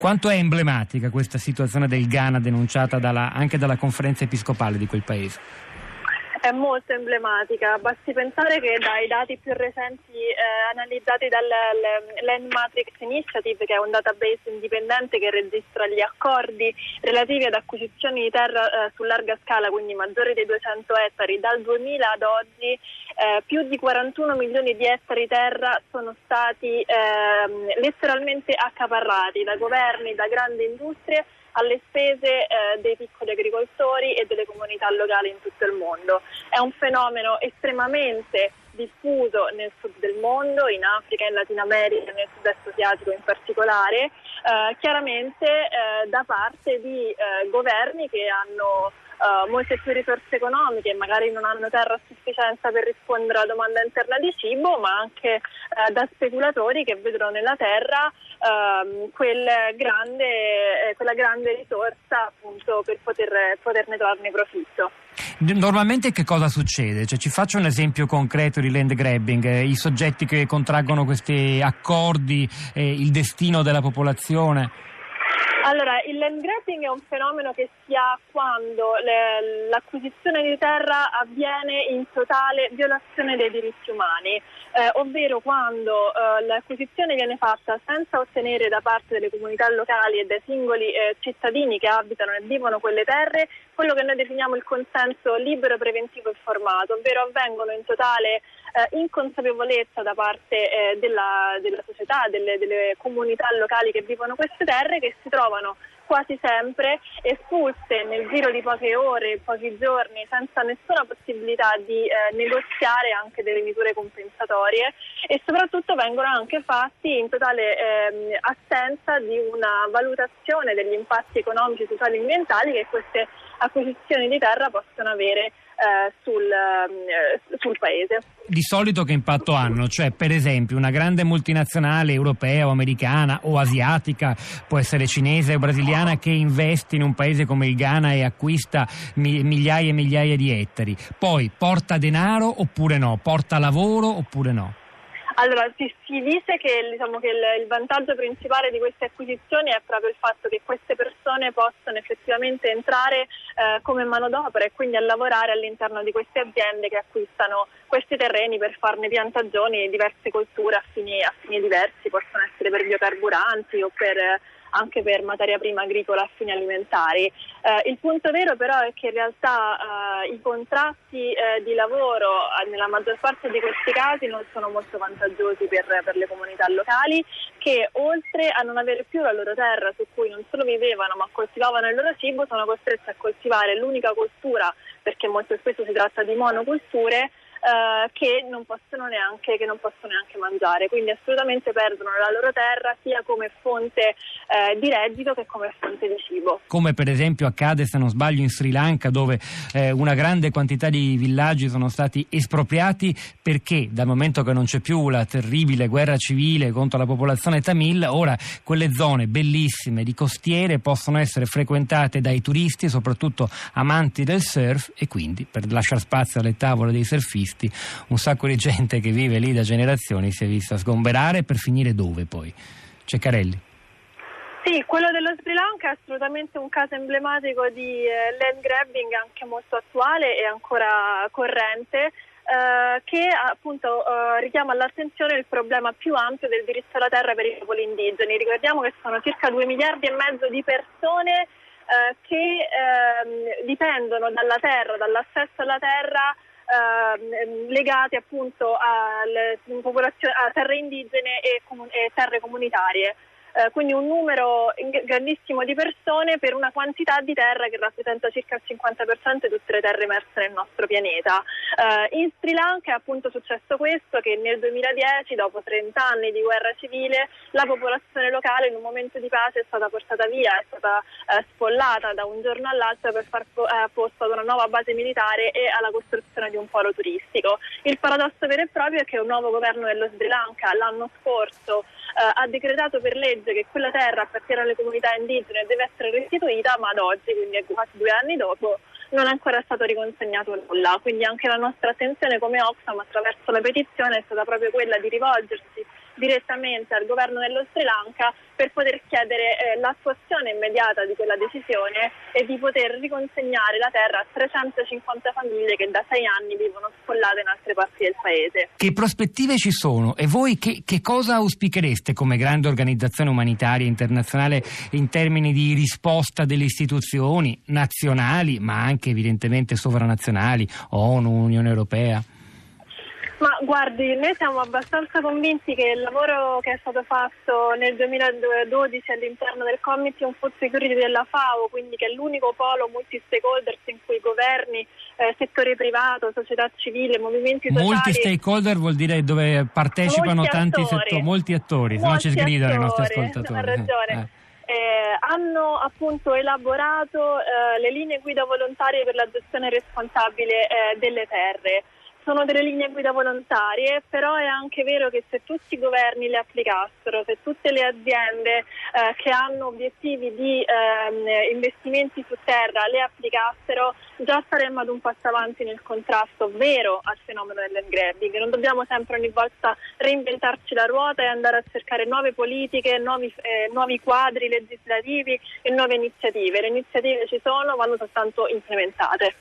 Quanto è emblematica questa situazione del Ghana denunciata anche dalla conferenza episcopale di quel paese? È molto emblematica, basti pensare che dai dati più recenti analizzati dall'Land Matrix Initiative, che è un database indipendente che registra gli accordi relativi ad acquisizioni di terra su larga scala, quindi maggiori dei 200 ettari, dal 2000 ad oggi più di 41 milioni di ettari di terra sono stati letteralmente accaparrati da governi, da grandi industrie, alle spese dei piccoli agricoltori e delle comunità locali in tutto il mondo. È un fenomeno estremamente diffuso nel sud del mondo, in Africa, in Latino America, nel sud-est asiatico in particolare, chiaramente da parte di governi che hanno molte più risorse economiche e magari non hanno terra a sufficienza per rispondere alla domanda interna di cibo, ma anche da speculatori che vedono nella terra quella grande risorsa appunto per poterne trarne profitto. Normalmente che cosa succede? Ci faccio un esempio concreto di land grabbing, i soggetti che contraggono questi accordi, il destino della popolazione. Allora, il land grabbing è un fenomeno che si ha quando l'acquisizione di terra avviene in totale violazione dei diritti umani, ovvero quando l'acquisizione viene fatta senza ottenere da parte delle comunità locali e dai singoli cittadini che abitano e vivono quelle terre quello che noi definiamo il consenso libero, preventivo e informato, ovvero avvengono in totale inconsapevolezza da parte della società, delle comunità locali che vivono queste terre, che si trovano quasi sempre espulse nel giro di poche ore, pochi giorni, senza nessuna possibilità di negoziare anche delle misure compensatorie, e soprattutto vengono anche fatti in totale assenza di una valutazione degli impatti economici, sociali e ambientali che queste acquisizioni di terra possono avere sul paese. Di solito che impatto hanno? Cioè, per esempio, una grande multinazionale europea o americana o asiatica, può essere cinese o brasiliana, che investe in un paese come il Ghana e acquista migliaia e migliaia di ettari, poi porta denaro oppure no? Porta lavoro oppure no? Allora, si dice che, il vantaggio principale di queste acquisizioni è proprio il fatto che queste persone possono effettivamente entrare come manodopera e quindi a lavorare all'interno di queste aziende che acquistano questi terreni per farne piantagioni e diverse colture a fini diversi, possono essere per biocarburanti o anche per materia prima agricola a fini alimentari. Il punto vero però è che in realtà i contratti di lavoro nella maggior parte di questi casi non sono molto vantaggiosi per le comunità locali, che oltre a non avere più la loro terra su cui non solo vivevano ma coltivavano il loro cibo, sono costrette a coltivare l'unica coltura, perché molto spesso si tratta di monoculture, che non possono neanche mangiare, quindi assolutamente perdono la loro terra sia come fonte di reddito che come fonte di cibo. Come per esempio accade, se non sbaglio, in Sri Lanka, dove una grande quantità di villaggi sono stati espropriati perché dal momento che non c'è più la terribile guerra civile contro la popolazione tamil, ora quelle zone bellissime di costiere possono essere frequentate dai turisti, soprattutto amanti del surf, e quindi per lasciare spazio alle tavole dei surfisti un sacco di gente che vive lì da generazioni si è vista sgomberare, per finire dove poi? Ceccarelli. Sì, quello dello Sri Lanka è assolutamente un caso emblematico di land grabbing, anche molto attuale e ancora corrente, che appunto richiama all'attenzione il problema più ampio del diritto alla terra per i popoli indigeni. Ricordiamo che sono circa 2,5 miliardi di persone che dipendono dalla terra, dall'accesso alla terra, legati appunto a terre indigene e terre comunitarie. Quindi un numero grandissimo di persone per una quantità di terra che rappresenta circa il 50% di tutte le terre emerse nel nostro pianeta. In Sri Lanka è appunto successo questo, che nel 2010, dopo 30 anni di guerra civile, la popolazione locale in un momento di pace è stata portata via, è stata sfollata da un giorno all'altro per far posto ad una nuova base militare e alla costruzione di un polo turistico. Il paradosso vero e proprio è che un nuovo governo dello Sri Lanka l'anno scorso ha decretato per legge che quella terra appartiene alle comunità indigene e deve essere restituita, ma ad oggi, quindi quasi 2 anni dopo, non è ancora stato riconsegnato nulla. Quindi anche la nostra attenzione come Oxfam attraverso la petizione è stata proprio quella di rivolgersi direttamente al governo dello Sri Lanka per poter chiedere l'attuazione immediata di quella decisione e di poter riconsegnare la terra a 350 famiglie che da 6 anni vivono sfollate in altre parti del paese. Che prospettive ci sono e voi che cosa auspichereste come grande organizzazione umanitaria internazionale in termini di risposta delle istituzioni nazionali ma anche evidentemente sovranazionali, ONU, Unione Europea? Ma guardi, noi siamo abbastanza convinti che il lavoro che è stato fatto nel 2012 all'interno del Committee on Food Security della FAO, quindi che è l'unico polo multi-stakeholders in cui governi, settore privato, società civile, movimenti sociali... Multi-stakeholder vuol dire dove partecipano tanti settori, molti attori, se no ci sgridano i nostri ascoltatori. Ha ragione. Hanno appunto elaborato le linee guida volontarie per la gestione responsabile delle terre. Sono delle linee guida volontarie, però è anche vero che se tutti i governi le applicassero, se tutte le aziende che hanno obiettivi di investimenti su terra le applicassero, già saremmo ad un passo avanti nel contrasto vero al fenomeno del land grabbing. Non dobbiamo sempre ogni volta reinventarci la ruota e andare a cercare nuove politiche, nuovi quadri legislativi e nuove iniziative. Le iniziative ci sono, vanno soltanto implementate.